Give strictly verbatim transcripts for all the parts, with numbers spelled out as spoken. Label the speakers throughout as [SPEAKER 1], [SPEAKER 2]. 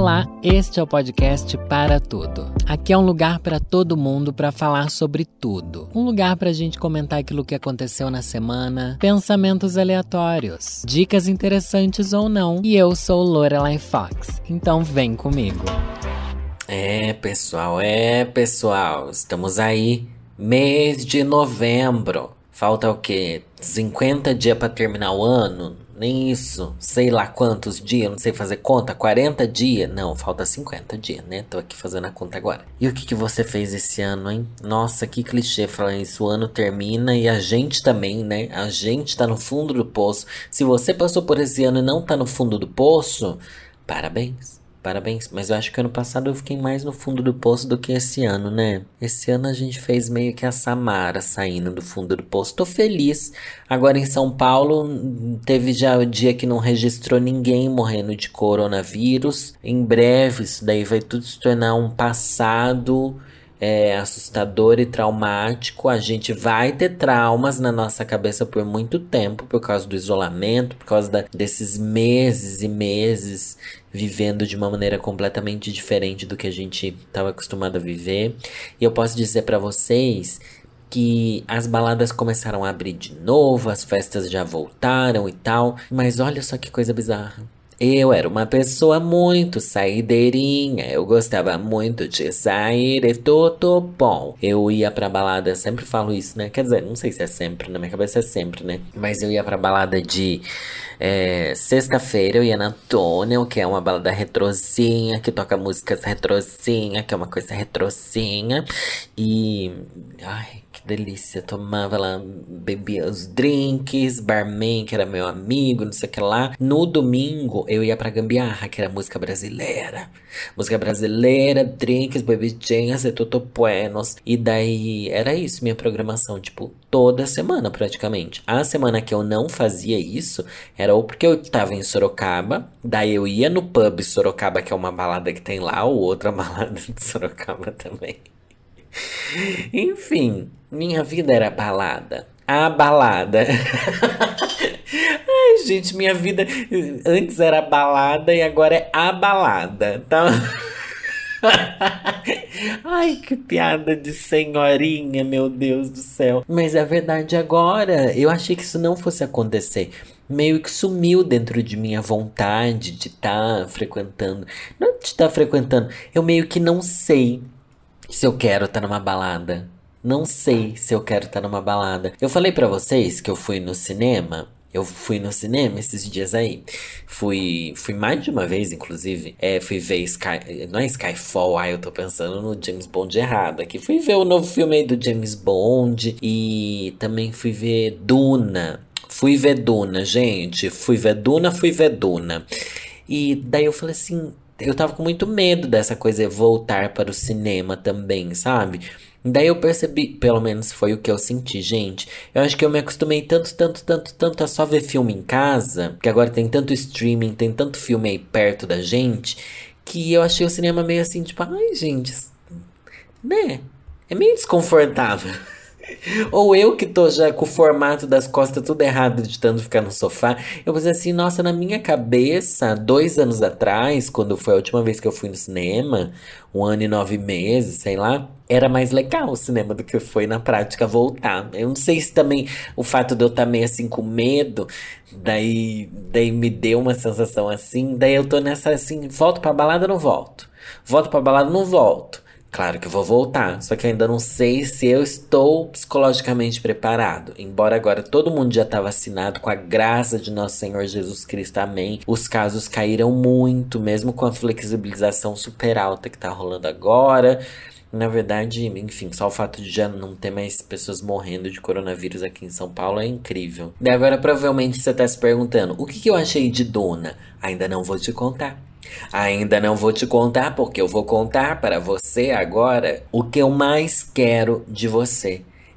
[SPEAKER 1] Olá, este é o podcast Para Tudo. Aqui é um lugar para todo mundo para falar sobre tudo. Um lugar para a gente comentar aquilo que aconteceu na semana, pensamentos aleatórios, dicas interessantes ou não. E eu sou Lorelai Fox, então vem comigo.
[SPEAKER 2] É, pessoal, é, pessoal, estamos aí, mês de novembro. Falta o quê? cinquenta dias pra terminar o ano? Nem isso, sei lá quantos dias, não sei fazer conta, quarenta dias? Não, falta cinquenta dias, né? Tô aqui fazendo a conta agora. E o que que você fez esse ano, hein? Nossa, que clichê falar isso, o ano termina e a gente também, né? A gente tá no fundo do poço. Se você passou por esse ano e não tá no fundo do poço, parabéns. Parabéns, mas eu acho que ano passado eu fiquei mais no fundo do poço do que esse ano, né? Esse ano a gente fez meio que a Samara saindo do fundo do poço. Tô feliz. Agora em São Paulo teve já o dia que não registrou ninguém morrendo de coronavírus. Em breve isso daí vai tudo se tornar um passado é, assustador e traumático. A gente vai ter traumas na nossa cabeça por muito tempo por causa do isolamento, por causa da, desses meses e meses vivendo de uma maneira completamente diferente do que a gente estava acostumado a viver. E eu posso dizer para vocês que as baladas começaram a abrir de novo, as festas já voltaram e tal, mas olha só que coisa bizarra. Eu era uma pessoa muito saideirinha, eu gostava muito de sair e tudo bom. Eu ia pra balada, eu sempre falo isso, né? Quer dizer, não sei se é sempre, na minha cabeça é sempre, né? Mas eu ia pra balada de é, sexta-feira, eu ia na Tunnel, que é uma balada retrozinha, que toca músicas retrozinha, que é uma coisa retrozinha. E... ai... que delícia, tomava lá, bebia os drinks, barman, que era meu amigo, não sei o que lá. No domingo, eu ia pra Gambiarra, que era música brasileira. Música brasileira, drinks, bebidinhas e tudo buenos. E daí, era isso, minha programação, tipo, toda semana praticamente. A semana que eu não fazia isso, era ou porque eu tava em Sorocaba, daí eu ia no pub Sorocaba, que é uma balada que tem lá, ou outra balada de Sorocaba também. Enfim, minha vida era balada. A balada. Ai, gente, minha vida antes era balada e agora é a balada, tá? Ai, que piada de senhorinha, meu Deus do céu. Mas é verdade agora. Eu achei que isso não fosse acontecer. Meio que sumiu dentro de mim a vontade de estar tá frequentando. Não de estar tá frequentando. Eu meio que não sei se eu quero estar tá numa balada. Não sei se eu quero estar tá numa balada. Eu falei pra vocês que eu fui no cinema. Eu fui no cinema esses dias aí. Fui, fui mais de uma vez, inclusive. É, fui ver Sky... Não é Skyfall, ah, eu tô pensando no James Bond errado aqui. Fui ver o novo filme aí do James Bond. E também fui ver Duna. Fui ver Duna, gente. Fui ver Duna, fui ver Duna. E daí eu falei assim... Eu tava com muito medo dessa coisa voltar para o cinema também, sabe? Daí eu percebi, pelo menos foi o que eu senti, gente. Eu acho que eu me acostumei tanto, tanto, tanto, tanto a só ver filme em casa, que agora tem tanto streaming, tem tanto filme aí perto da gente, que eu achei o cinema meio assim, tipo, ai, gente, né? É meio desconfortável. Ou eu que tô já com o formato das costas tudo errado de tanto ficar no sofá. Eu pensei assim, nossa, na minha cabeça, dois anos atrás, quando foi a última vez que eu fui no cinema, um ano e nove meses, sei lá, era mais legal o cinema do que foi na prática voltar. Eu não sei se também o fato de eu estar meio assim com medo, daí, daí me deu uma sensação assim, daí eu tô nessa assim, volto pra balada, não volto. Volto pra balada, não volto. Claro que eu vou voltar, só que eu ainda não sei se eu estou psicologicamente preparado. Embora agora todo mundo já está vacinado, com a graça de nosso Senhor Jesus Cristo, amém. Os casos caíram muito, mesmo com a flexibilização super alta que tá rolando agora. Na verdade, enfim, só o fato de já não ter mais pessoas morrendo de coronavírus aqui em São Paulo é incrível. E agora provavelmente você tá se perguntando, o que que eu achei de Duna? Ainda não vou te contar. Ainda não vou te contar, porque eu vou contar para você agora o que eu mais quero de você.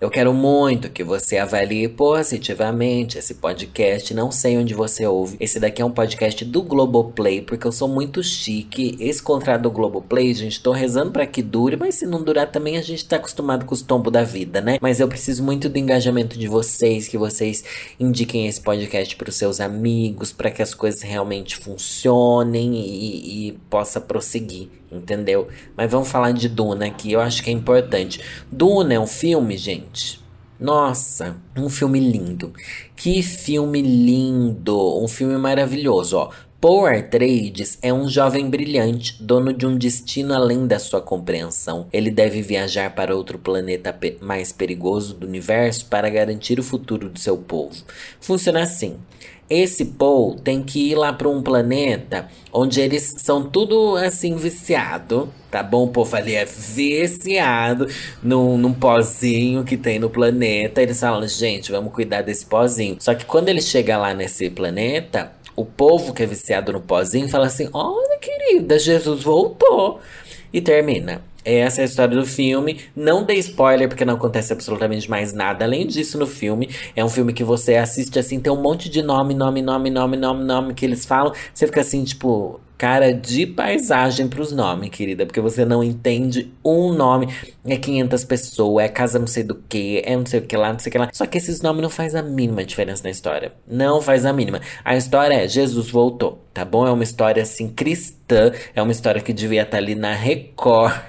[SPEAKER 2] Eu quero muito que você avalie positivamente esse podcast. Não sei onde você ouve. Esse daqui é um podcast do Globoplay, porque eu sou muito chique. Esse contrato do Globoplay, gente, tô rezando pra que dure, mas se não durar também a gente tá acostumado com os tombos da vida, né? Mas eu preciso muito do engajamento de vocês, que vocês indiquem esse podcast pros seus amigos, pra que as coisas realmente funcionem e, e possa prosseguir. Entendeu? Mas vamos falar de Duna aqui, eu acho que é importante. Duna é um filme, gente. Nossa, um filme lindo. Que filme lindo. Um filme maravilhoso, ó. Paul Atreides é um jovem brilhante, dono de um destino além da sua compreensão. Ele deve viajar para outro planeta pe- mais perigoso do universo para garantir o futuro do seu povo. Funciona assim. Esse Paul tem que ir lá para um planeta onde eles são tudo assim viciado, tá bom? O povo ali é viciado num, num pozinho que tem no planeta. Eles falam, gente, vamos cuidar desse pozinho. Só que quando ele chega lá nesse planeta, o povo que é viciado no pozinho fala assim, olha querida, Jesus voltou. E termina. Essa é a história do filme. Não dê spoiler, porque não acontece absolutamente mais nada além disso no filme. É um filme que você assiste assim, tem um monte de nome, nome, nome, nome, nome, nome que eles falam. Você fica assim, tipo, cara de paisagem pros nomes, querida. Porque você não entende um nome. É quinhentas pessoas, é casa não sei do que, é não sei o que lá, não sei o que lá. Só que esses nomes não faz a mínima diferença na história. Não faz a mínima. A história é, Jesus voltou, tá bom? É uma história assim, cristã. É uma história que devia estar ali na Record.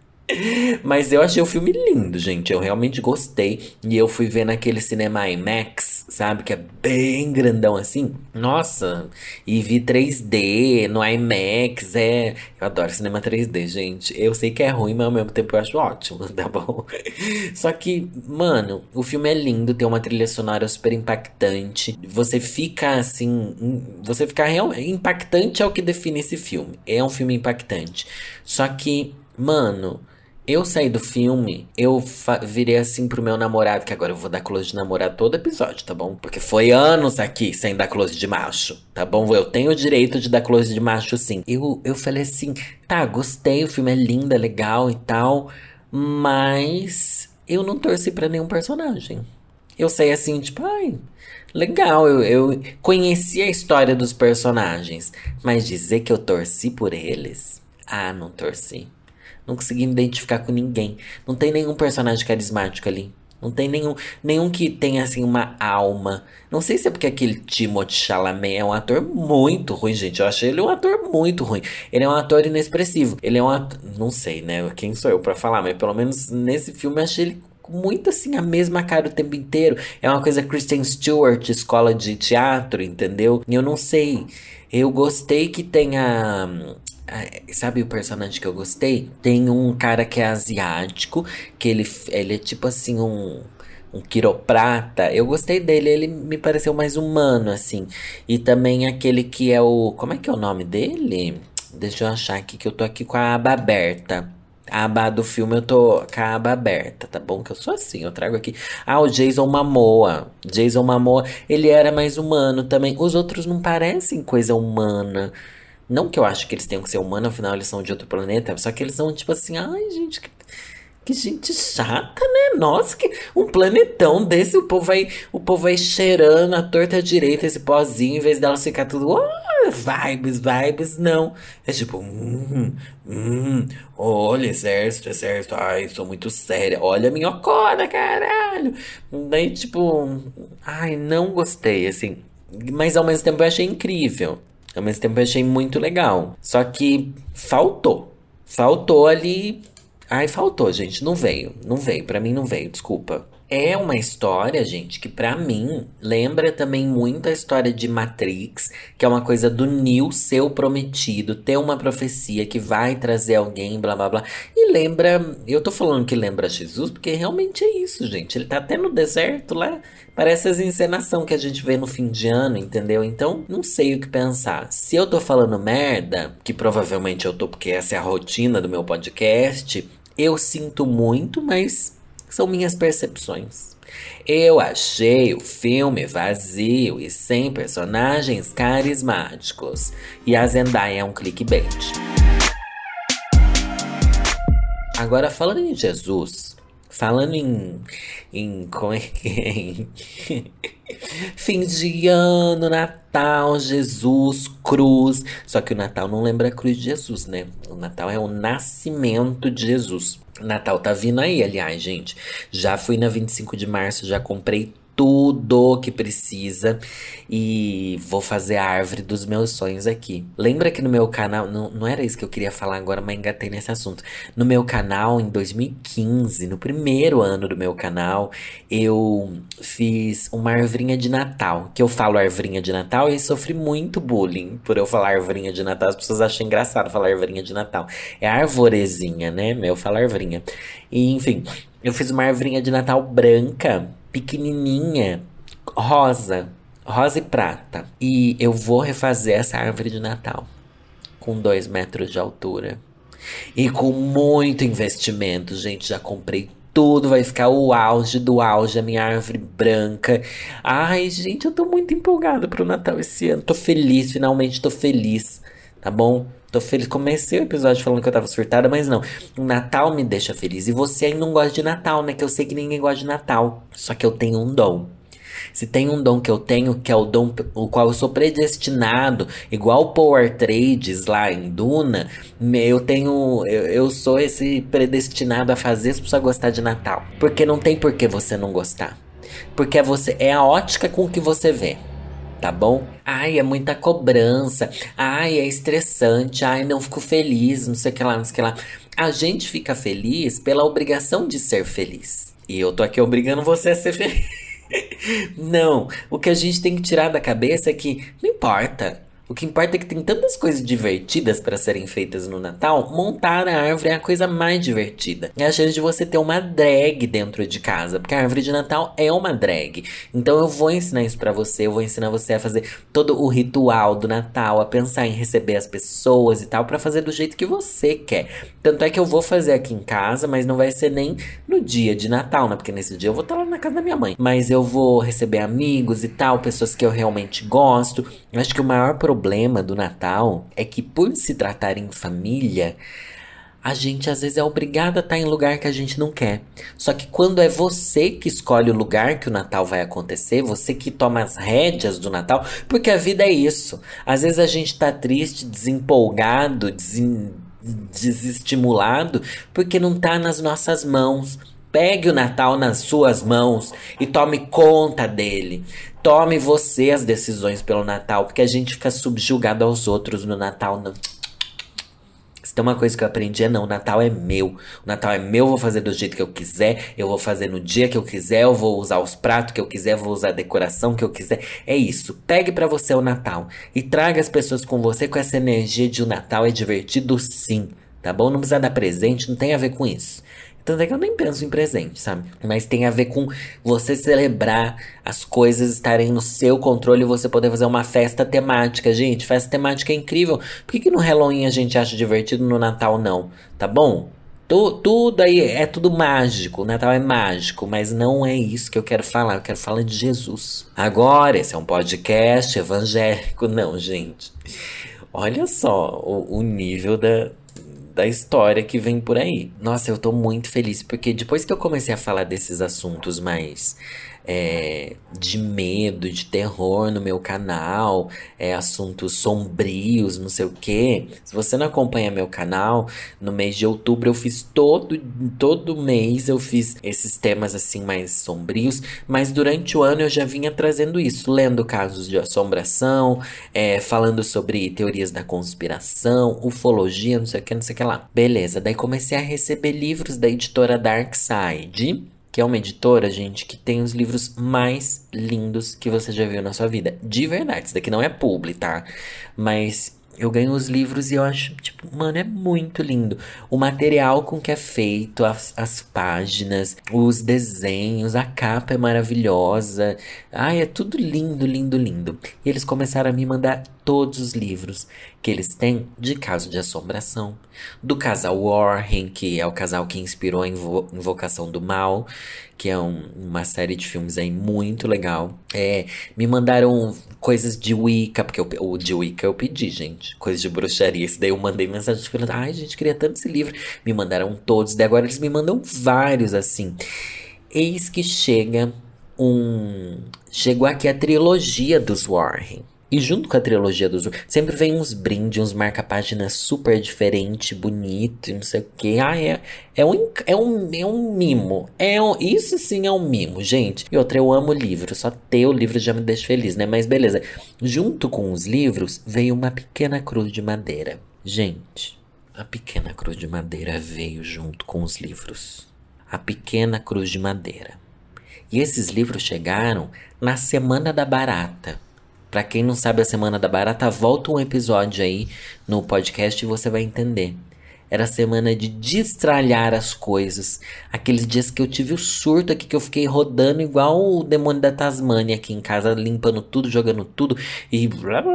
[SPEAKER 2] Mas eu achei o filme lindo, gente. Eu realmente gostei. E eu fui ver naquele cinema IMAX, sabe? Que é bem grandão assim. Nossa! E vi três D no IMAX. É. Eu adoro cinema três D, gente. Eu sei que é ruim, mas ao mesmo tempo eu acho ótimo, tá bom? Só que, mano, o filme é lindo. Tem uma trilha sonora super impactante. Você fica assim. Você fica realmente. Impactante é o que define esse filme. É um filme impactante. Só que, mano. Eu saí do filme, eu fa- virei assim pro meu namorado, que agora eu vou dar close de namorado todo episódio, tá bom? Porque foi anos aqui sem dar close de macho, tá bom? Eu tenho o direito de dar close de macho, sim. Eu, eu falei assim, tá, gostei, o filme é lindo, é legal e tal, mas eu não torci pra nenhum personagem. Eu saí assim, tipo, ai, legal, eu, eu conheci a história dos personagens, mas dizer que eu torci por eles, ah, não torci. Não consegui me identificar com ninguém. Não tem nenhum personagem carismático ali. Não tem nenhum, nenhum que tenha, assim, uma alma. Não sei se é porque aquele Timothée Chalamet é um ator muito ruim, gente. Eu achei ele um ator muito ruim. Ele é um ator inexpressivo. Ele é um ator... Não sei, né? Quem sou eu pra falar? Mas pelo menos nesse filme eu achei ele muito, assim, a mesma cara o tempo inteiro. É uma coisa Kristen Stewart, escola de teatro, entendeu? E eu não sei. Eu gostei que tenha... Ah, sabe o personagem que eu gostei? Tem um cara que é asiático, que ele, ele é tipo assim um, um quiroprata. Eu gostei dele, ele me pareceu mais humano, assim. E também aquele que é o... Como é que é o nome dele? Deixa eu achar aqui, que eu tô aqui com a aba aberta. A aba do filme eu tô com a aba aberta, tá bom? Que eu sou assim, eu trago aqui. Ah, o Jason Momoa. Jason Momoa, ele era mais humano também. Os outros não parecem coisa humana. Não que eu acho que eles tenham que ser humanos, afinal eles são de outro planeta. Só que eles são tipo assim, ai gente, que, que gente chata, né? Nossa, que um planetão desse, o povo vai, o povo vai cheirando a torta à direita esse pozinho, em vez dela ficar tudo, oh, vibes, vibes, não. É tipo, hum, hum, olha, exército, exército, ai, sou muito séria, olha a minhocona, caralho. Daí, tipo, ai, não gostei, assim. Mas ao mesmo tempo eu achei incrível. Ao mesmo tempo eu achei muito legal. Só que faltou. Faltou ali. Ai, faltou, gente. Não veio. Não veio. Pra mim não veio. Desculpa. É uma história, gente, que pra mim lembra também muito a história de Matrix, que é uma coisa do Neo ser o prometido, ter uma profecia que vai trazer alguém, blá blá blá. E lembra, eu tô falando que lembra Jesus, porque realmente é isso, gente. Ele tá até no deserto lá, parece as encenação que a gente vê no fim de ano, entendeu? Então, não sei o que pensar. Se eu tô falando merda, que provavelmente eu tô, porque essa é a rotina do meu podcast, eu sinto muito, mas são minhas percepções. Eu achei o filme vazio e sem personagens carismáticos. E a Zendaya é um clickbait. Agora, falando em Jesus, Falando em, em como é que é? Fim de ano, Natal, Jesus, cruz. Só que o Natal não lembra a cruz de Jesus, né? O Natal é o nascimento de Jesus. O Natal tá vindo aí, aliás, gente. Já fui na vinte e cinco de março, já comprei tudo que precisa e vou fazer a árvore dos meus sonhos aqui. Lembra que no meu canal, não, não era isso que eu queria falar agora, mas engatei nesse assunto. No meu canal, em dois mil e quinze, no primeiro ano do meu canal, eu fiz uma arvrinha de Natal. Que eu falo arvrinha de Natal e sofri muito bullying por eu falar arvrinha de Natal. As pessoas acham engraçado falar arvrinha de Natal. É arvorezinha, né? Eu falo arvrinha. E, enfim, eu fiz uma arvrinha de Natal branca, pequenininha, rosa, rosa e prata. E eu vou refazer essa árvore de Natal com dois metros de altura e com muito investimento, gente. Já comprei tudo, vai ficar o auge do auge, a minha árvore branca. Ai, gente, eu tô muito empolgada pro Natal esse ano. Tô feliz, finalmente tô feliz, tá bom? Tô feliz. Comecei o episódio falando que eu tava surtada, mas não. O Natal me deixa feliz. E você aí não gosta de Natal, né? Que eu sei que ninguém gosta de Natal. Só que eu tenho um dom. Se tem um dom que eu tenho, que é o dom o qual eu sou predestinado, igual o Power Trades lá em Duna, eu tenho, eu, eu sou esse predestinado a fazer as pessoas gostar de Natal. Porque não tem por que você não gostar. Porque é você, é a ótica com que você vê. Tá bom? Ai, é muita cobrança. Ai, é estressante. Ai, não fico feliz. Não sei o que lá, não sei o que lá. A gente fica feliz pela obrigação de ser feliz. E eu tô aqui obrigando você a ser feliz. Não, o que a gente tem que tirar da cabeça é que não importa. O que importa é que tem tantas coisas divertidas para serem feitas no Natal. Montar a árvore é a coisa mais divertida. É a chance de você ter uma drag dentro de casa, porque a árvore de Natal é uma drag. Então eu vou ensinar isso para você, eu vou ensinar você a fazer todo o ritual do Natal, a pensar em receber as pessoas e tal, para fazer do jeito que você quer. Tanto é que eu vou fazer aqui em casa, mas não vai ser nem no dia de Natal, né? Porque nesse dia eu vou estar lá na casa da minha mãe. Mas eu vou receber amigos e tal, pessoas que eu realmente gosto. Eu acho que o maior problema O problema do Natal é que, por se tratar em família, a gente às vezes é obrigado a estar em lugar que a gente não quer. Só que quando é você que escolhe o lugar que o Natal vai acontecer, você que toma as rédeas do Natal, porque a vida é isso. Às vezes a gente tá triste, desempolgado, desen... desestimulado, porque não tá nas nossas mãos. Pegue o Natal nas suas mãos e tome conta dele. Tome você as decisões pelo Natal, porque a gente fica subjugado aos outros no Natal. Não. Se tem uma coisa que eu aprendi é não, o Natal é meu. O Natal é meu, eu vou fazer do jeito que eu quiser, eu vou fazer no dia que eu quiser, eu vou usar os pratos que eu quiser, eu vou usar a decoração que eu quiser. É isso, pegue pra você o Natal e traga as pessoas com você com essa energia de o Natal é divertido sim, tá bom? Não precisa dar presente, não tem a ver com isso. Tanto é que eu nem penso em presente, sabe? Mas tem a ver com você celebrar as coisas estarem no seu controle e você poder fazer uma festa temática. Gente, festa temática é incrível. Por que que no Halloween a gente acha divertido, no Natal não? Tá bom? Tu, tudo aí é tudo mágico. O Natal é mágico, mas não é isso que eu quero falar. Eu quero falar de Jesus. Agora, esse é um podcast evangélico. Não, gente. Olha só o, o nível da... da história que vem por aí. Nossa, eu tô muito feliz, porque depois que eu comecei a falar desses assuntos mais é, de medo, de terror no meu canal, é, assuntos sombrios, não sei o quê. Se você não acompanha meu canal, no mês de outubro eu fiz todo, todo mês eu fiz esses temas assim mais sombrios, mas durante o ano eu já vinha trazendo isso, lendo casos de assombração, é, falando sobre teorias da conspiração, ufologia, não sei o que, não sei o que lá. Beleza, daí comecei a receber livros da editora Darkside, que é uma editora, gente, que tem os livros mais lindos que você já viu na sua vida. De verdade, isso daqui não é publi, tá? Mas eu ganho os livros e eu acho, tipo, mano, é muito lindo. O material com que é feito, as, as páginas, os desenhos, a capa é maravilhosa. Ai, é tudo lindo, lindo, lindo. E eles começaram a me mandar todos os livros que eles têm de caso de assombração. Do casal Warren, que é o casal que inspirou a Invo- Invocação do Mal, que é um- uma série de filmes aí muito legal. É, me mandaram coisas de Wicca, porque eu, pe- o de Wicca eu pedi, gente. Coisas de bruxaria. Esse daí eu mandei mensagem falando, ai, gente, queria tanto esse livro. Me mandaram todos, daí agora eles me mandam vários, assim. Eis que chega um. Chegou aqui a trilogia dos Warren. E junto com a trilogia dos Warren, sempre vem uns brindes, uns marca-páginas super diferente, bonito e não sei o quê. Ah, é, é, um, enc- é, um, é um mimo. É um, isso sim é um mimo, gente. E outra, eu amo livro. Só ter o livro já me deixa feliz, né? Mas beleza. Junto com os livros, veio uma pequena cruz de madeira. Gente, a pequena cruz de madeira veio junto com os livros. A pequena cruz de madeira. E esses livros chegaram na Semana da Barata. Pra quem não sabe a Semana da Barata, volta um episódio aí no podcast e você vai entender. Era a semana de destralhar as coisas. Aqueles dias que eu tive o surto aqui, que eu fiquei rodando igual o demônio da Tasmânia aqui em casa, limpando tudo, jogando tudo e...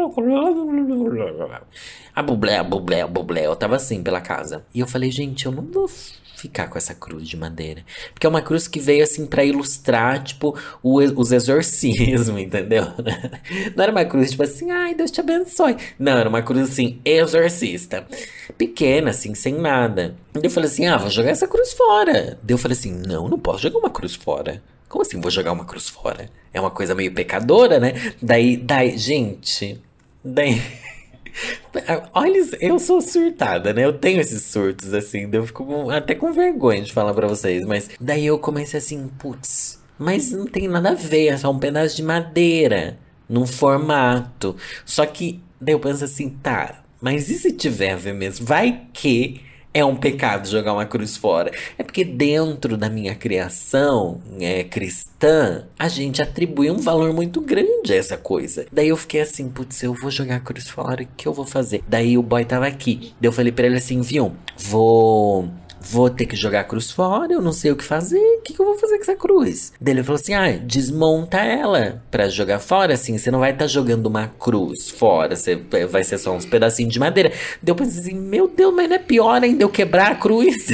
[SPEAKER 2] A bublé, a bublé, a bublé. Eu tava assim pela casa. E eu falei, gente, eu não vou ficar com essa cruz de madeira. Porque é uma cruz que veio assim pra ilustrar, tipo, o, os exorcismos, entendeu? Não era uma cruz tipo assim, ai, Deus te abençoe. Não, era uma cruz assim, exorcista. Pequena, assim, sem nada. Daí eu falei assim, ah, vou jogar essa cruz fora. Daí eu falei assim, não, não posso jogar uma cruz fora. Como assim vou jogar uma cruz fora? É uma coisa meio pecadora, né? Daí, daí, gente, daí... Olha, eu sou surtada, né? Eu tenho esses surtos, assim, daí eu fico com- até com vergonha de falar pra vocês. Mas daí eu comecei assim, putz, mas não tem nada a ver, é só um pedaço de madeira, num formato. Só que daí eu penso assim, tá, mas e se tiver a ver mesmo? Vai que é um pecado jogar uma cruz fora. É porque dentro da minha criação é, cristã, a gente atribui um valor muito grande a essa coisa. Daí eu fiquei assim, putz, eu vou jogar a cruz fora, o que eu vou fazer? Daí o boy tava aqui. Daí eu falei pra ele assim, viu, vou... Vou ter que jogar a cruz fora, eu não sei o que fazer. O que, que eu vou fazer com essa cruz? Daí ele falou assim: ah, desmonta ela pra jogar fora, assim. Você não vai estar jogando uma cruz fora, você vai ser só uns pedacinhos de madeira. Daí eu pensei assim: meu Deus, mas não é pior ainda eu quebrar a cruz?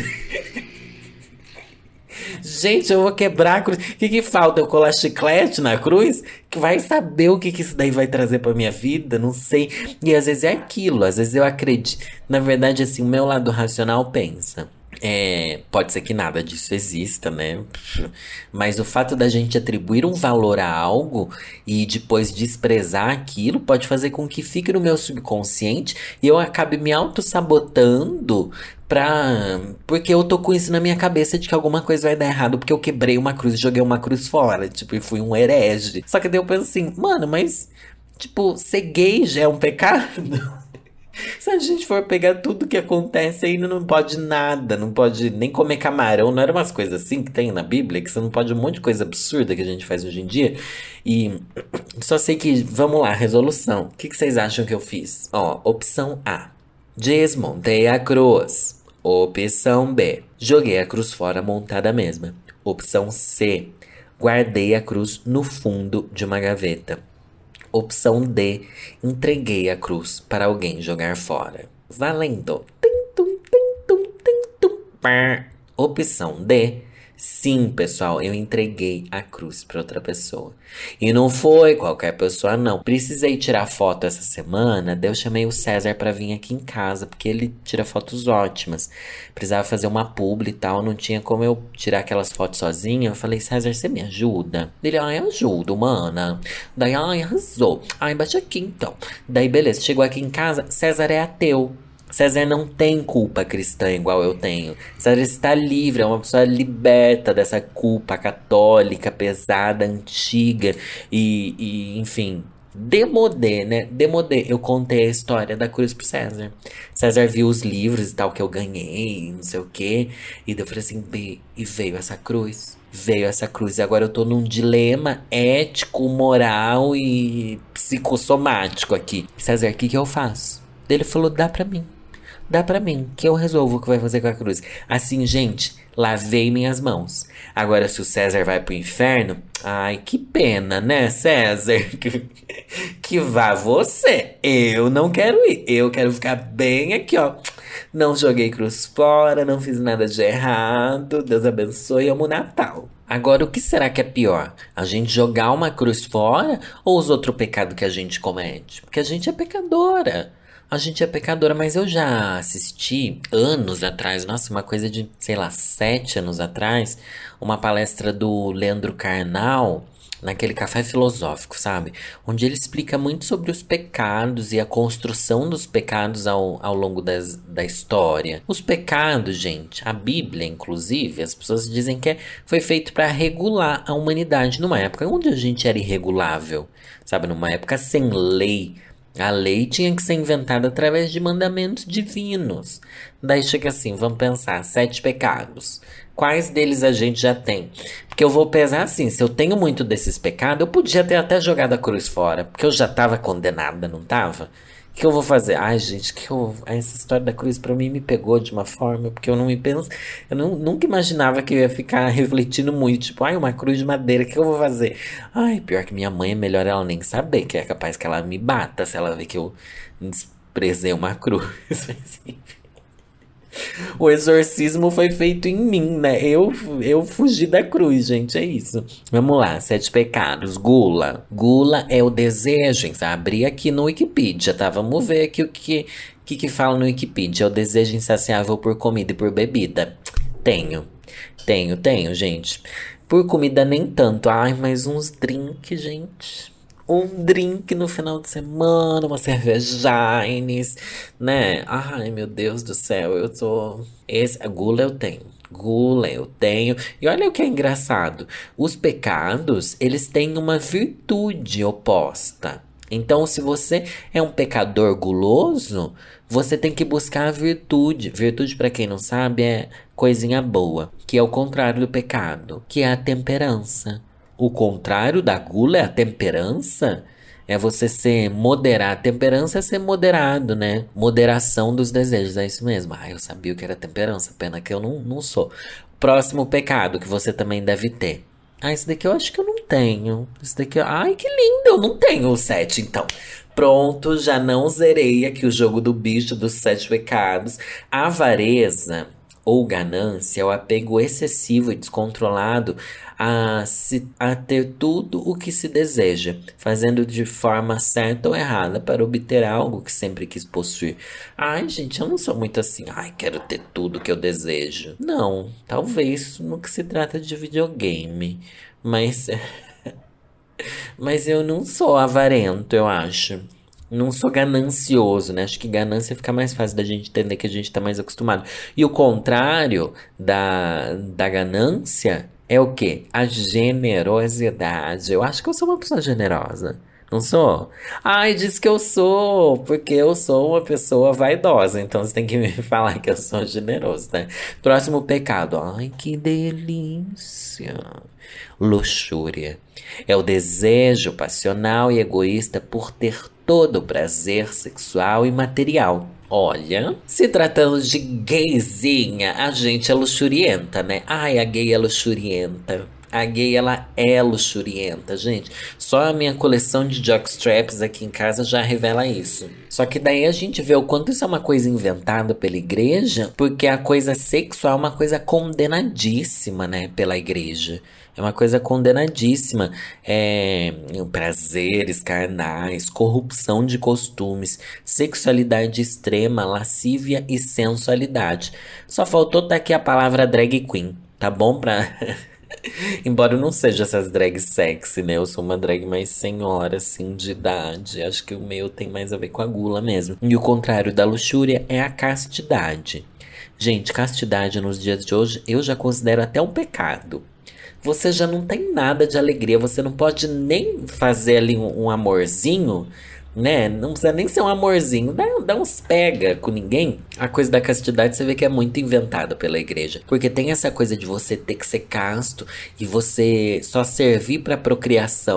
[SPEAKER 2] Gente, eu vou quebrar a cruz. O que que falta? Eu colar chiclete na cruz? Que vai saber o que que isso daí vai trazer pra minha vida? Não sei. E às vezes é aquilo, às vezes eu acredito. Na verdade, assim, o meu lado racional pensa. É, pode ser que nada disso exista, né? Mas o fato da gente atribuir um valor a algo e depois desprezar aquilo pode fazer com que fique no meu subconsciente e eu acabe me auto-sabotando pra... porque eu tô com isso na minha cabeça de que alguma coisa vai dar errado porque eu quebrei uma cruz e joguei uma cruz fora, tipo, e fui um herege. Só que daí eu penso assim, mano, mas, tipo, ser gay já é um pecado? Se a gente for pegar tudo que acontece aí, não pode nada, não pode nem comer camarão, não era umas coisas assim que tem na Bíblia, que você não pode um monte de coisa absurda que a gente faz hoje em dia. E só sei que, vamos lá, resolução. O que que vocês acham que eu fiz? Ó, opção A, desmontei a cruz. Opção B, joguei a cruz fora montada mesma. Opção C, guardei a cruz no fundo de uma gaveta. Opção D, entreguei a cruz para alguém jogar fora. Valendo. Tim, tum, tim, tum, tim, tum, pá. Opção D, sim, pessoal, eu entreguei a cruz para outra pessoa. E não foi qualquer pessoa, não. Precisei tirar foto essa semana, daí eu chamei o César para vir aqui em casa, porque ele tira fotos ótimas. Precisava fazer uma publi e tal, não tinha como eu tirar aquelas fotos sozinha. Eu falei, César, você me ajuda? Ele, ai, ajudo, mana. Daí, ai, arrasou. Ai, bate aqui então. Daí, beleza, chegou aqui em casa, César é ateu. César não tem culpa cristã igual eu tenho. César está livre, é uma pessoa liberta dessa culpa católica, pesada, antiga e, e enfim, demodê, né? Demodê. Eu contei a história da cruz pro César. César viu os livros e tal que eu ganhei, não sei o quê. E daí eu falei assim, B, e veio essa cruz. Veio essa cruz. E agora eu tô num dilema ético, moral e psicossomático aqui. César, o que que eu faço? Ele falou, dá pra mim. Dá pra mim, que eu resolvo o que vai fazer com a cruz. Assim, gente, lavei minhas mãos. Agora, se o César vai pro inferno, ai, que pena, né, César? Que, que vá você. Eu não quero ir. Eu quero ficar bem aqui, ó. Não joguei cruz fora, não fiz nada de errado. Deus abençoe, amo o Natal. Agora, o que será que é pior? A gente jogar uma cruz fora ou os outros pecados que a gente comete? Porque a gente é pecadora. A gente é pecadora, mas eu já assisti anos atrás, nossa, uma coisa de, sei lá, sete anos atrás, uma palestra do Leandro Carnal, naquele café filosófico, sabe? Onde ele explica muito sobre os pecados e a construção dos pecados ao, ao longo das, da história. Os pecados, gente, a Bíblia, inclusive, as pessoas dizem que é, foi feito para regular a humanidade numa época onde a gente era irregulável, sabe? Numa época sem lei. A lei tinha que ser inventada através de mandamentos divinos. Daí chega assim, vamos pensar, sete pecados. Quais deles a gente já tem? Porque eu vou pesar assim, se eu tenho muito desses pecados, eu podia ter até jogado a cruz fora, porque eu já estava condenada, não estava? O que eu vou fazer? Ai, gente, que eu... essa história da cruz pra mim me pegou de uma forma, porque eu não me penso, eu não, nunca imaginava que eu ia ficar refletindo muito, tipo, ai, uma cruz de madeira, o que eu vou fazer? Ai, pior que minha mãe é melhor ela nem saber, que é capaz que ela me bata se ela ver que eu desprezei uma cruz. Mas, enfim. O exorcismo foi feito em mim, né? Eu, eu fugi da cruz, gente, é isso. Vamos lá, sete pecados. Gula. Gula é o desejo, hein? Abri aqui no Wikipedia, tá? Vamos ver aqui o que, que, que fala no Wikipedia. É o desejo insaciável por comida e por bebida. Tenho. Tenho, tenho, gente. Por comida nem tanto. Ai, mas uns drinks, gente. Um drink no final de semana, uma cervejaines, né? Ai, meu Deus do céu, eu tô... Esse, a gula eu tenho. Gula eu tenho. E olha o que é engraçado. Os pecados, eles têm uma virtude oposta. Então, se você é um pecador guloso, você tem que buscar a virtude. Virtude, para quem não sabe, é coisinha boa, que é o contrário do pecado, que é a temperança. O contrário da gula é a temperança. É você ser moderado. Temperança é ser moderado, né? Moderação dos desejos, é isso mesmo. Ah, eu sabia o que era temperança, pena que eu não, não sou. Próximo pecado que você também deve ter. Ah, esse daqui eu acho que eu não tenho. Esse daqui, ai, que lindo, eu não tenho o sete, então. Pronto, já não zerei aqui o jogo do bicho dos sete pecados. Avareza ou ganância é o apego excessivo e descontrolado a, se, a ter tudo o que se deseja, fazendo de forma certa ou errada para obter algo que sempre quis possuir. Ai, gente, eu não sou muito assim, ai, quero ter tudo que eu desejo. Não, talvez no que se trata de videogame, mas, mas eu não sou avarento, eu acho. Não sou ganancioso, né? Acho que ganância fica mais fácil da gente entender, que a gente tá mais acostumado. E o contrário da, da ganância é o quê? A generosidade. Eu acho que eu sou uma pessoa generosa. Não sou? Ai, diz que eu sou, porque eu sou uma pessoa vaidosa. Então você tem que me falar que eu sou generoso, né? Próximo pecado. Ai, que delícia. Luxúria. É o desejo passional e egoísta por ter todo o prazer sexual e material. Olha, se tratando de gayzinha, a gente é luxurienta, né? Ai, a gay é luxurienta. A gay, ela é luxurienta, gente. Só a minha coleção de jockstraps aqui em casa já revela isso. Só que daí a gente vê o quanto isso é uma coisa inventada pela igreja, porque a coisa sexual é uma coisa condenadíssima, né, pela igreja. É uma coisa condenadíssima. É, prazeres carnais, corrupção de costumes, sexualidade extrema, lascívia e sensualidade. Só faltou estar aqui a palavra drag queen, tá bom? Pra... Embora eu não seja essas drag sexy, né? Eu sou uma drag mais senhora, assim, de idade. Acho que o meu tem mais a ver com a gula mesmo. E o contrário da luxúria é a castidade. Gente, castidade nos dias de hoje eu já considero até um pecado. Você já não tem nada de alegria, você não pode nem fazer ali um, um amorzinho, né? Não precisa nem ser um amorzinho, dá, dá uns pega com ninguém. A coisa da castidade você vê que é muito inventada pela igreja, porque tem essa coisa de você ter que ser casto e você só servir para procriação,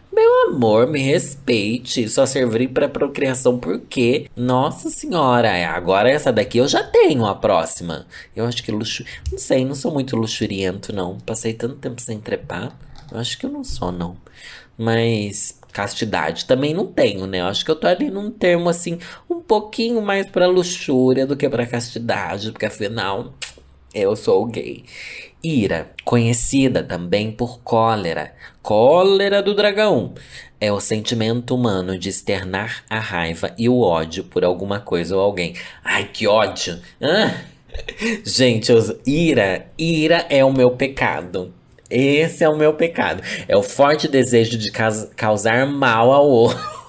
[SPEAKER 2] Meu amor, me respeite. Só servi pra procriação por quê? Nossa senhora, é, agora essa daqui eu já tenho a próxima. Eu acho que luxo. Não sei, não sou muito luxuriento, não. Passei tanto tempo sem trepar. Eu acho que eu não sou, não. Mas castidade também não tenho, né? Eu acho que eu tô ali num termo assim, um pouquinho mais pra luxúria do que pra castidade, porque afinal. Eu sou gay. Ira, conhecida também por cólera. Cólera do dragão. É o sentimento humano de externar a raiva e o ódio por alguma coisa ou alguém. Ai, que ódio! Ah! Gente, os- ira, ira é o meu pecado. Esse é o meu pecado. É o forte desejo de cas- causar mal ao outro.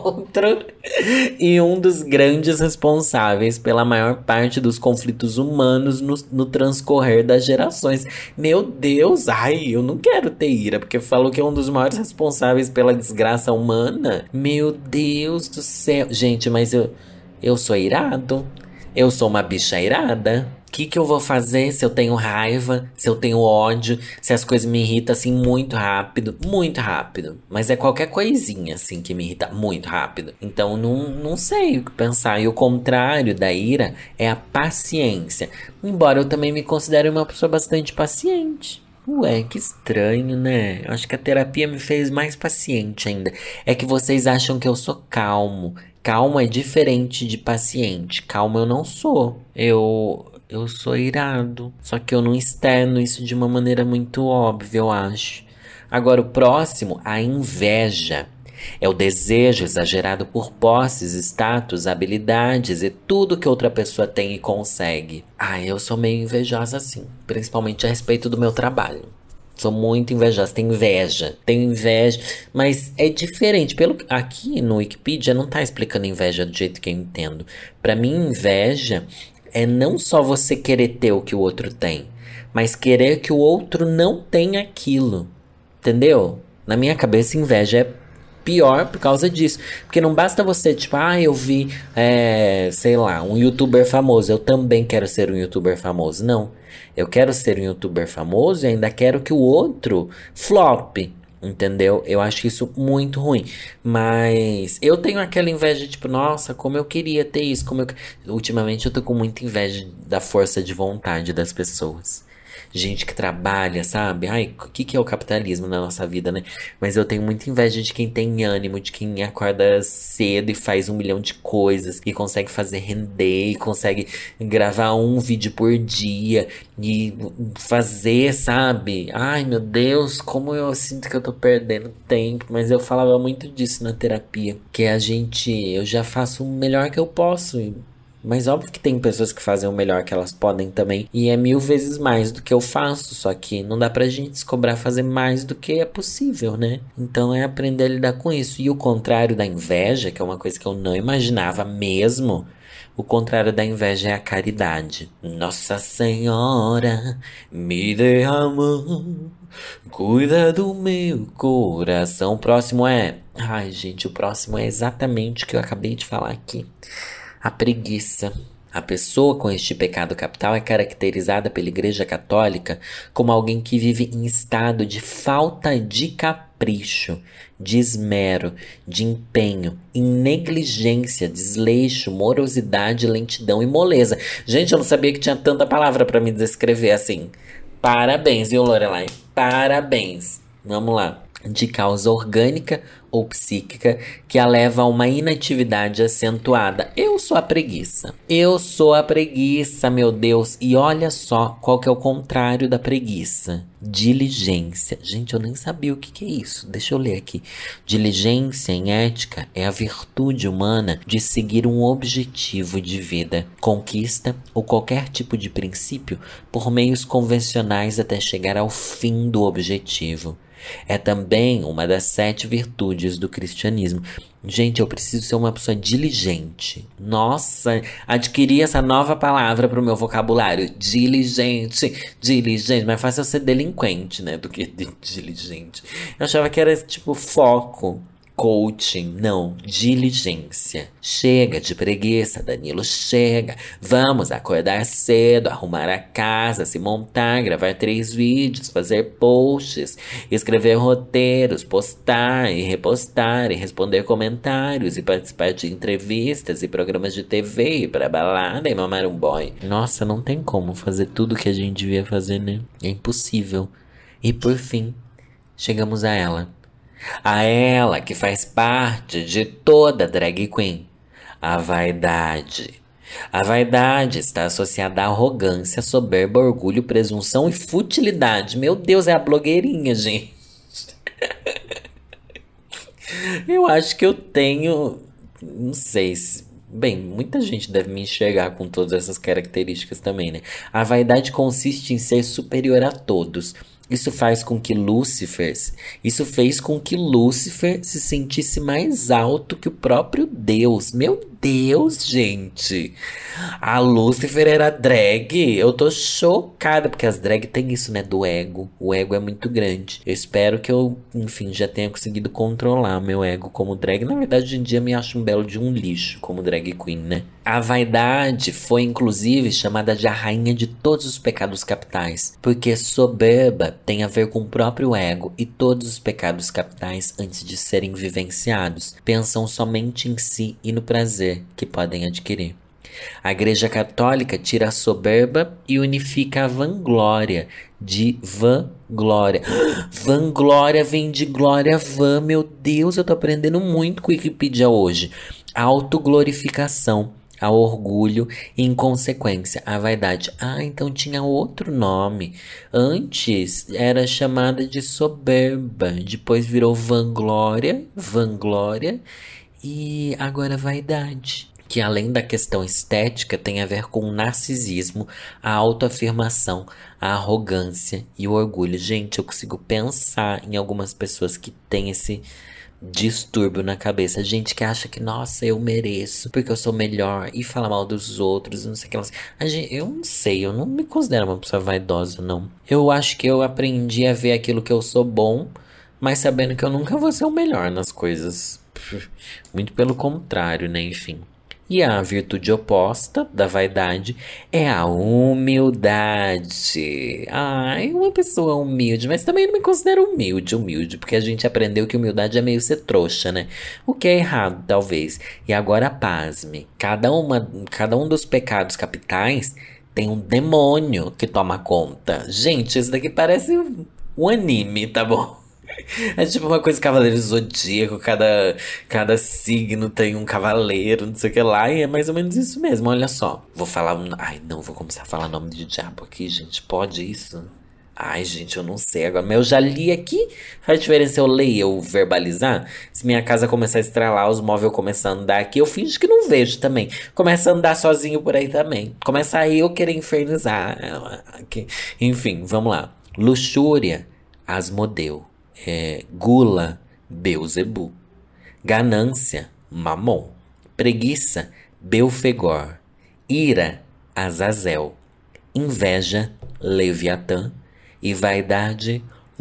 [SPEAKER 2] E um dos grandes responsáveis pela maior parte dos conflitos humanos no, no transcorrer das gerações. Meu Deus, ai, eu não quero ter ira, porque falou que é um dos maiores responsáveis pela desgraça humana. Meu Deus do céu. Gente, mas eu, eu sou irado. Eu sou uma bicha irada. O que que eu vou fazer se eu tenho raiva, se eu tenho ódio, se as coisas me irritam assim muito rápido, muito rápido. Mas é qualquer coisinha assim que me irrita muito rápido. Então não, não sei o que pensar. E o contrário da ira é a paciência. Embora eu também me considere uma pessoa bastante paciente. Ué, que estranho, né? Acho que a terapia me fez mais paciente ainda. É que vocês acham que eu sou calmo. Calmo é diferente de paciente. Calmo eu não sou. Eu, eu sou irado. Só que eu não externo isso de uma maneira muito óbvia, eu acho. Agora, o próximo, a inveja. É o desejo exagerado por posses, status, habilidades e tudo que outra pessoa tem e consegue. Ah, eu sou meio invejosa assim, principalmente a respeito do meu trabalho. Sou muito invejosa, tenho inveja, tenho inveja, mas é diferente. Pelo aqui no Wikipedia não tá explicando inveja do jeito que eu entendo. Pra mim, inveja é não só você querer ter o que o outro tem, mas querer que o outro não tenha aquilo. Entendeu? Na minha cabeça, inveja é pior por causa disso. Porque não basta você, tipo, ah, eu vi, é, sei lá, um youtuber famoso. Eu também quero ser um youtuber famoso. Não. Eu quero ser um youtuber famoso e ainda quero que o outro flop. Entendeu? Eu acho isso muito ruim. Mas eu tenho aquela inveja, tipo, nossa, como eu queria ter isso. Como eu... Ultimamente eu tô com muita inveja da força de vontade das pessoas. Gente que trabalha, sabe? Ai, o que que é o capitalismo na nossa vida, né? Mas eu tenho muita inveja de quem tem ânimo, de quem acorda cedo e faz um milhão de coisas, e consegue fazer render, e consegue gravar um vídeo por dia, e fazer, sabe? Ai, meu Deus, como eu sinto que eu tô perdendo tempo. Mas eu falava muito disso na terapia, que a gente, eu já faço o melhor que eu posso. Mas óbvio que tem pessoas que fazem o melhor que elas podem também. E é mil vezes mais do que eu faço. Só que não dá pra gente se cobrar fazer mais do que é possível, né? Então é aprender a lidar com isso. E o contrário da inveja, que é uma coisa que eu não imaginava mesmo. O contrário da inveja é a caridade. Nossa Senhora, me dê a mão, cuida do meu coração. O próximo é... Ai, gente, o próximo é exatamente o que eu acabei de falar aqui. A preguiça. A pessoa com este pecado capital é caracterizada pela Igreja Católica como alguém que vive em estado de falta de capricho, de esmero, de empenho, em negligência, desleixo, morosidade, lentidão e moleza. Gente, eu não sabia que tinha tanta palavra para me descrever assim. Parabéns, viu, Lorelai? Parabéns. Vamos lá. De causa orgânica ou psíquica que a leva a uma inatividade acentuada. Eu sou a preguiça. Eu sou a preguiça, meu Deus. E olha só qual que é o contrário da preguiça. Diligência. Gente, eu nem sabia o que que é isso. Deixa eu ler aqui. Diligência em ética é a virtude humana de seguir um objetivo de vida, conquista ou qualquer tipo de princípio por meios convencionais até chegar ao fim do objetivo. É também uma das sete virtudes do cristianismo. Gente, eu preciso ser uma pessoa diligente. Nossa, adquiri essa nova palavra para o meu vocabulário. Diligente, diligente. Mais fácil eu ser delinquente, né? Do que diligente. Eu achava que era tipo foco. coaching, não, diligência. Chega de preguiça, Danilo, chega. Vamos acordar cedo, arrumar a casa, se montar, gravar três vídeos, fazer posts, escrever roteiros, postar e repostar e responder comentários e participar de entrevistas e programas de T V e pra balada e mamar um boy. Nossa, não tem como fazer tudo que a gente devia fazer, né? É impossível. E por fim, chegamos a ela. A ela que faz parte de toda drag queen, a vaidade. A vaidade está associada à arrogância, soberba, orgulho, presunção e futilidade. Meu Deus, é a blogueirinha, gente. Eu acho que eu tenho, não sei se... Bem, muita gente deve me enxergar com todas essas características também, né? A vaidade consiste em ser superior a todos. Isso faz com que Lúcifer, isso fez com que Lúcifer se sentisse mais alto que o próprio Deus. Meu Deus, gente. A Lúcifer era drag. Eu tô chocada, porque as drag tem isso, né, do ego. O ego é muito grande. Eu espero que eu, enfim, já tenha conseguido controlar meu ego como drag. Na verdade, hoje em dia me acho um belo de um lixo como drag queen, né? A vaidade foi, inclusive, chamada de a rainha de todos os pecados capitais, porque soberba tem a ver com o próprio ego, e todos os pecados capitais, antes de serem vivenciados, pensam somente em si e no prazer que podem adquirir. A Igreja Católica tira a soberba e unifica a vanglória, de vanglória. Vanglória vem de glória vã. Meu Deus, eu tô aprendendo muito com o Wikipedia hoje. Autoglorificação, a orgulho e, em consequência, a vaidade. Ah, então tinha outro nome. Antes era chamada de soberba, depois virou vanglória, vanglória e agora vaidade. Que além da questão estética tem a ver com o narcisismo, a autoafirmação, a arrogância e o orgulho. Gente, eu consigo pensar em algumas pessoas que têm esse distúrbio na cabeça. Gente que acha que, nossa, eu mereço, porque eu sou melhor, e fala mal dos outros, não sei o que. A gente, eu não sei, eu não me considero uma pessoa vaidosa, não. Eu acho que eu aprendi a ver aquilo que eu sou bom, mas sabendo que eu nunca vou ser o melhor nas coisas. Muito pelo contrário, né? Enfim. E a virtude oposta da vaidade é a humildade. Ai, uma pessoa humilde, mas também não me considero humilde, humilde, porque a gente aprendeu que humildade é meio ser trouxa, né? O que é errado, talvez. E agora, pasme, cada, uma, cada um dos pecados capitais tem um demônio que toma conta. Gente, isso daqui parece um anime, tá bom? É tipo uma coisa Cavaleiro Zodíaco, cada, cada signo tem um cavaleiro, não sei o que lá, e é mais ou menos isso mesmo, olha só. Vou falar um... Ai, não, vou começar a falar nome de diabo aqui, gente, pode isso? Ai, gente, eu não sei agora, mas eu já li aqui, faz diferença eu ler e eu verbalizar? Se minha casa começar a estralar, os móveis começar a andar aqui, eu finjo que não vejo também. Começa a andar sozinho por aí também. Começa aí eu querer infernizar. Enfim, vamos lá. Luxúria, Asmodeu. É, gula, Beuzebu. Ganância, Mamon. Preguiça, Belfegor. Ira, Azazel. Inveja, Leviatã. E vaidade,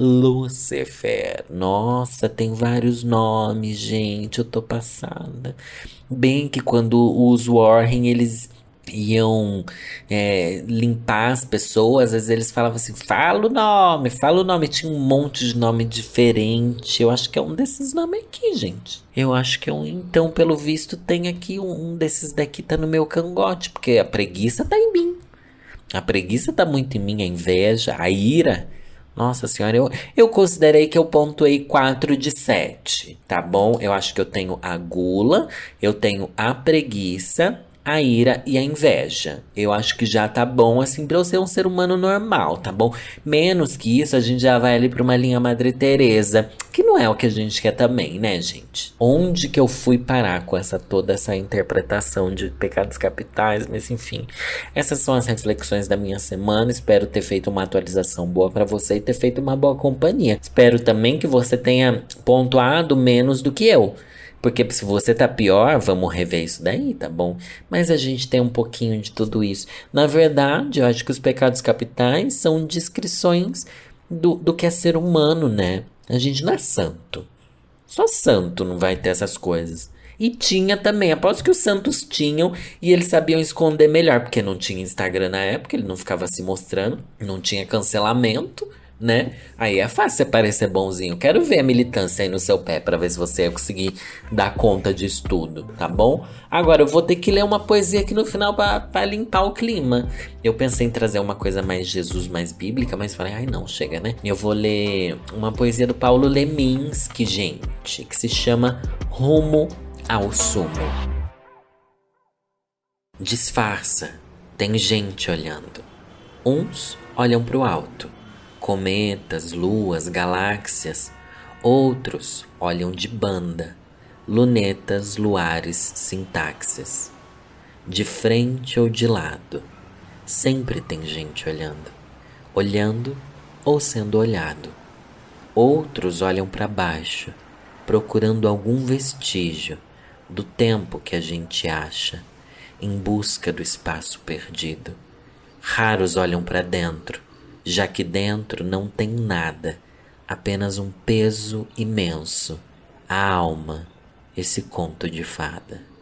[SPEAKER 2] Lúcifer. Nossa, tem vários nomes, gente, eu tô passada. Bem que quando os Warren, eles iam é, limpar as pessoas, às vezes eles falavam assim, fala o nome, fala o nome, tinha um monte de nome diferente. Eu acho que é um desses nomes aqui, gente. Eu acho que é um, então, pelo visto, tem aqui um, um desses daqui tá no meu cangote, porque a preguiça tá em mim. A preguiça tá muito em mim, a inveja, a ira. Nossa senhora, eu, eu considerei que eu pontuei quatro de sete, tá bom? Eu acho que eu tenho a gula, eu tenho a preguiça, a ira e a inveja. Eu acho que já tá bom, assim, pra eu ser um ser humano normal, tá bom? Menos que isso, a gente já vai ali pra uma linha Madre Teresa, que não é o que a gente quer também, né, gente? Onde que eu fui parar com essa toda essa interpretação de pecados capitais? Mas, enfim, essas são as reflexões da minha semana. Espero ter feito uma atualização boa pra você e ter feito uma boa companhia. Espero também que você tenha pontuado menos do que eu. Porque se você tá pior, vamos rever isso daí, tá bom? Mas a gente tem um pouquinho de tudo isso. Na verdade, eu acho que os pecados capitais são descrições do, do que é ser humano, né? A gente não é santo. Só santo não vai ter essas coisas. E tinha também, aposto que os santos tinham e eles sabiam esconder melhor, porque não tinha Instagram na época, ele não ficava se mostrando, não tinha cancelamento, né? Aí é fácil você parecer bonzinho. Quero ver a militância aí no seu pé pra ver se você vai conseguir dar conta disso tudo, tá bom? Agora eu vou ter que ler uma poesia aqui no final pra, pra limpar o clima. Eu pensei em trazer uma coisa mais Jesus, mais bíblica, mas falei, ai não, chega, né? Eu vou ler uma poesia do Paulo Leminski, gente, que se chama Rumo ao Sumo. Disfarça, tem gente olhando. Uns olham pro alto, cometas, luas, galáxias. Outros olham de banda, lunetas, luares, sintaxes. De frente ou de lado, sempre tem gente olhando, olhando ou sendo olhado. Outros olham para baixo, procurando algum vestígio do tempo que a gente acha, em busca do espaço perdido. Raros olham para dentro, já que dentro não tem nada, apenas um peso imenso, a alma, esse conto de fada.